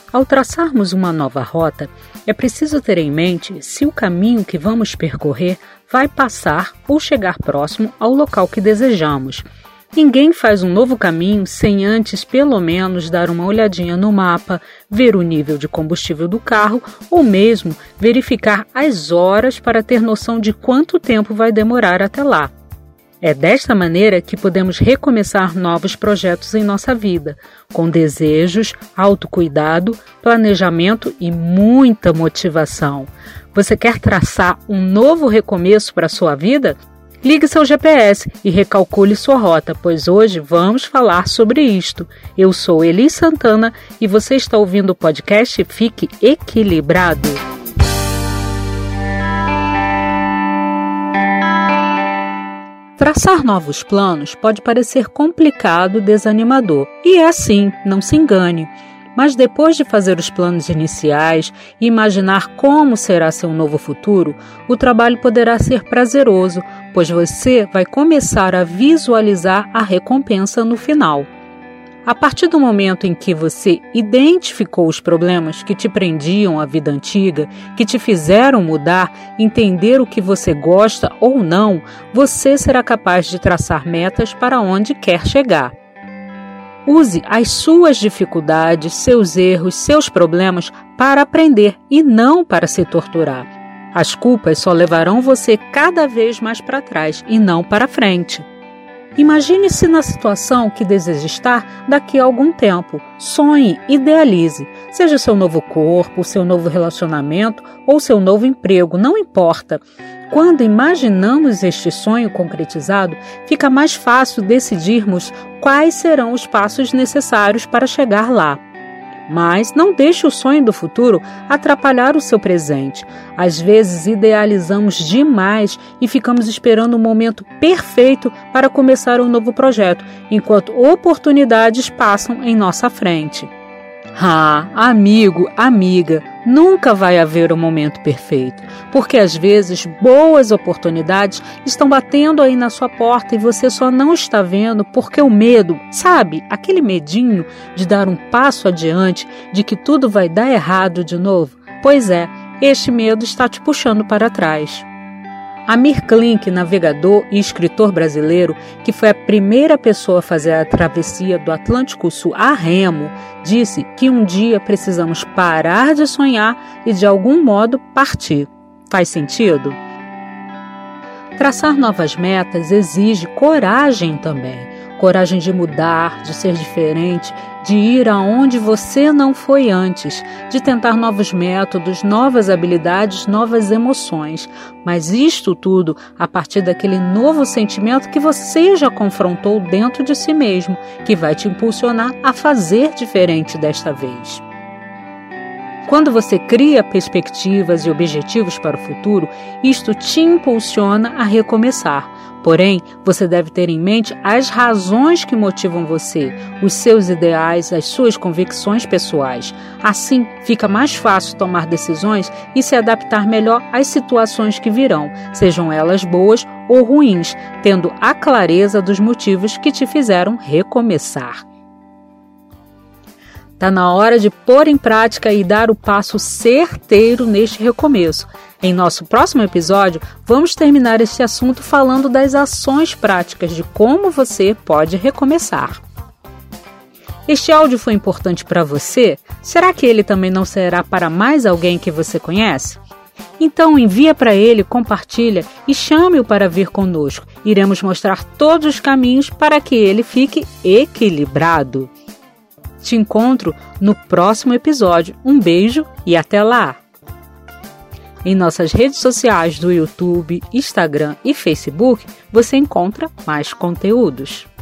Ao traçarmos uma nova rota, é preciso ter em mente se o caminho que vamos percorrer vai passar ou chegar próximo ao local que desejamos. Ninguém faz um novo caminho sem antes, pelo menos, dar uma olhadinha no mapa, ver o nível de combustível do carro ou mesmo verificar as horas para ter noção de quanto tempo vai demorar até lá. É desta maneira que podemos recomeçar novos projetos em nossa vida, com desejos, autocuidado, planejamento e muita motivação. Você quer traçar um novo recomeço para a sua vida? Ligue seu GPS e recalcule sua rota, pois hoje vamos falar sobre isto. Eu sou Elis Santana e você está ouvindo o podcast Fique Equilibrado. Traçar novos planos pode parecer complicado e desanimador, e é assim, não se engane. Mas depois de fazer os planos iniciais e imaginar como será seu novo futuro, o trabalho poderá ser prazeroso, pois você vai começar a visualizar a recompensa no final. A partir do momento em que você identificou os problemas que te prendiam à vida antiga, que te fizeram mudar, entender o que você gosta ou não, você será capaz de traçar metas para onde quer chegar. Use as suas dificuldades, seus erros, seus problemas para aprender e não para se torturar. As culpas só levarão você cada vez mais para trás e não para frente. Imagine-se na situação que deseja estar daqui a algum tempo. Sonhe, idealize. Seja seu novo corpo, seu novo relacionamento ou seu novo emprego, não importa. Quando imaginamos este sonho concretizado, fica mais fácil decidirmos quais serão os passos necessários para chegar lá. Mas não deixe o sonho do futuro atrapalhar o seu presente. Às vezes idealizamos demais e ficamos esperando o momento perfeito para começar um novo projeto, enquanto oportunidades passam em nossa frente. Amigo, amiga, nunca vai haver um momento perfeito, porque às vezes boas oportunidades estão batendo aí na sua porta e você só não está vendo porque o medo, sabe, aquele medinho de dar um passo adiante, de que tudo vai dar errado de novo? Pois é, este medo está te puxando para trás. Amir Klink, navegador e escritor brasileiro, que foi a primeira pessoa a fazer a travessia do Atlântico Sul a remo, disse que um dia precisamos parar de sonhar e de algum modo partir. Faz sentido? Traçar novas metas exige coragem também. Coragem de mudar, de ser diferente, de ir aonde você não foi antes, de tentar novos métodos, novas habilidades, novas emoções. Mas isto tudo a partir daquele novo sentimento que você já confrontou dentro de si mesmo, que vai te impulsionar a fazer diferente desta vez. Quando você cria perspectivas e objetivos para o futuro, isto te impulsiona a recomeçar. Porém, você deve ter em mente as razões que motivam você, os seus ideais, as suas convicções pessoais. Assim, fica mais fácil tomar decisões e se adaptar melhor às situações que virão, sejam elas boas ou ruins, tendo a clareza dos motivos que te fizeram recomeçar. Está na hora de pôr em prática e dar o passo certeiro neste recomeço. Em nosso próximo episódio, vamos terminar este assunto falando das ações práticas de como você pode recomeçar. Este áudio foi importante para você? Será que ele também não será para mais alguém que você conhece? Então envia para ele, compartilha e chame-o para vir conosco. Iremos mostrar todos os caminhos para que ele fique equilibrado. Te encontro no próximo episódio. Um beijo e até lá! Em nossas redes sociais do YouTube, Instagram e Facebook, você encontra mais conteúdos.